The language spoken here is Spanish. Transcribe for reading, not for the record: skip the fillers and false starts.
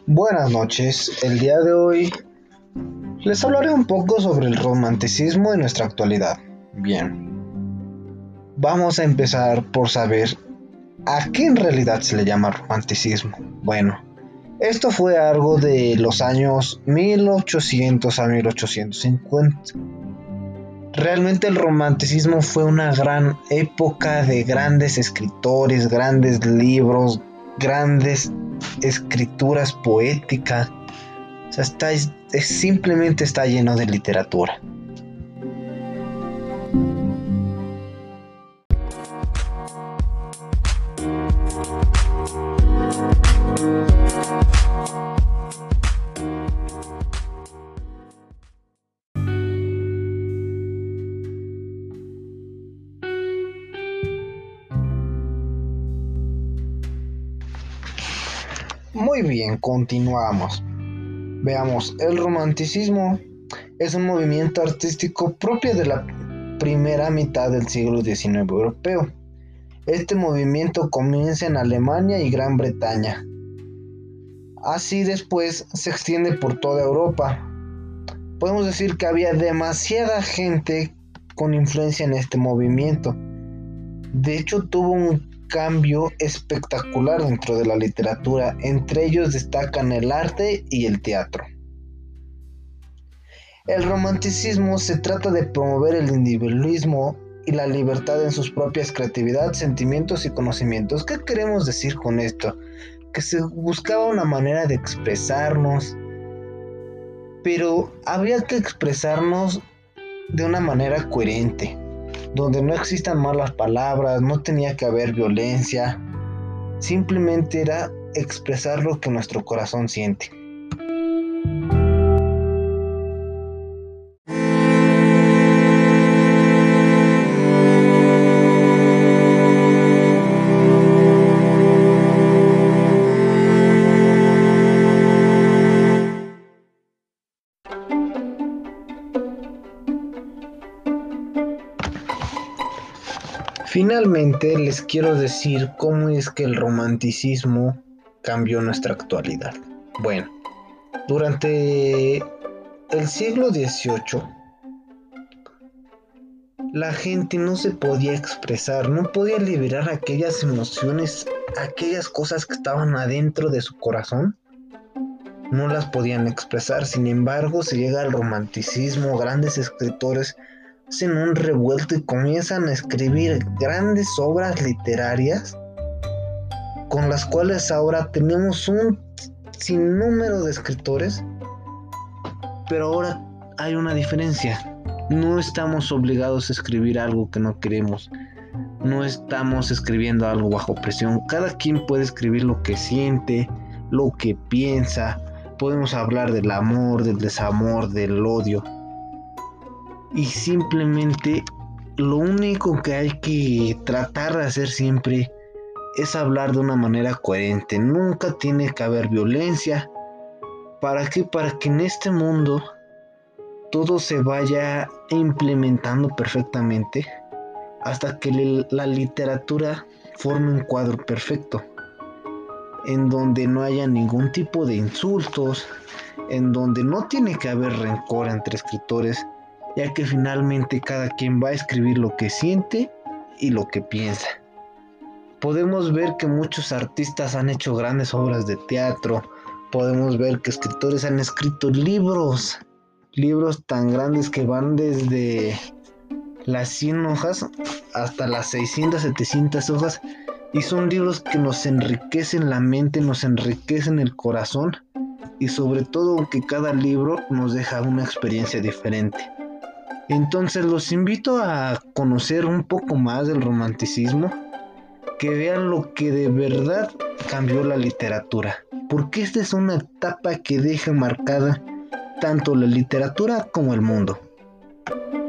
Buenas noches, el día de hoy les hablaré un poco sobre el romanticismo en nuestra actualidad. Bien, vamos a empezar por saber a qué en realidad se le llama romanticismo. Bueno, esto fue algo de los años 1800 a 1850. Realmente el romanticismo fue una gran época de grandes escritores, grandes libros, grandes escrituras poéticas. O sea, simplemente está lleno de literatura. Muy bien, continuamos. Veamos, el romanticismo es un movimiento artístico propio de la primera mitad del siglo XIX europeo. Este movimiento comienza en Alemania y Gran Bretaña. Así después se extiende por toda Europa. Podemos decir que había demasiada gente con influencia en este movimiento. De hecho, tuvo un cambio espectacular dentro de la literatura. Entre ellos destacan el arte y el teatro. El romanticismo se trata de promover el individualismo y la libertad en sus propias creatividad, sentimientos y conocimientos. ¿Qué queremos decir con esto? Que se buscaba una manera de expresarnos, pero había que expresarnos de una manera coherente, donde no existan malas palabras, no tenía que haber violencia, simplemente era expresar lo que nuestro corazón siente. Finalmente les quiero decir cómo es que el romanticismo cambió nuestra actualidad. Bueno, durante el siglo XVIII, la gente no se podía expresar, no podía liberar aquellas emociones, aquellas cosas que estaban adentro de su corazón, no las podían expresar. Sin embargo, se llega al romanticismo, grandes escritores hacen un revuelto y comienzan a escribir grandes obras literarias con las cuales ahora tenemos un sinnúmero de escritores, pero ahora hay una diferencia. No estamos obligados a escribir algo que no queremos. No estamos escribiendo algo bajo presión. Cada quien puede escribir lo que siente, lo que piensa. Podemos hablar del amor, del desamor, del odio. Y simplemente lo único que hay que tratar de hacer siempre es hablar de una manera coherente. Nunca tiene que haber violencia. ¿Para qué? Para que en este mundo todo se vaya implementando perfectamente hasta que la literatura forme un cuadro perfecto, en donde no haya ningún tipo de insultos, en donde no tiene que haber rencor entre escritores, ya que finalmente cada quien va a escribir lo que siente y lo que piensa. Podemos ver que muchos artistas han hecho grandes obras de teatro, podemos ver que escritores han escrito libros tan grandes que van desde las 100 hojas hasta las 600, 700 hojas, y son libros que nos enriquecen la mente, nos enriquecen el corazón, y sobre todo que cada libro nos deja una experiencia diferente. Entonces los invito a conocer un poco más del romanticismo, que vean lo que de verdad cambió la literatura, porque esta es una etapa que deja marcada tanto la literatura como el mundo.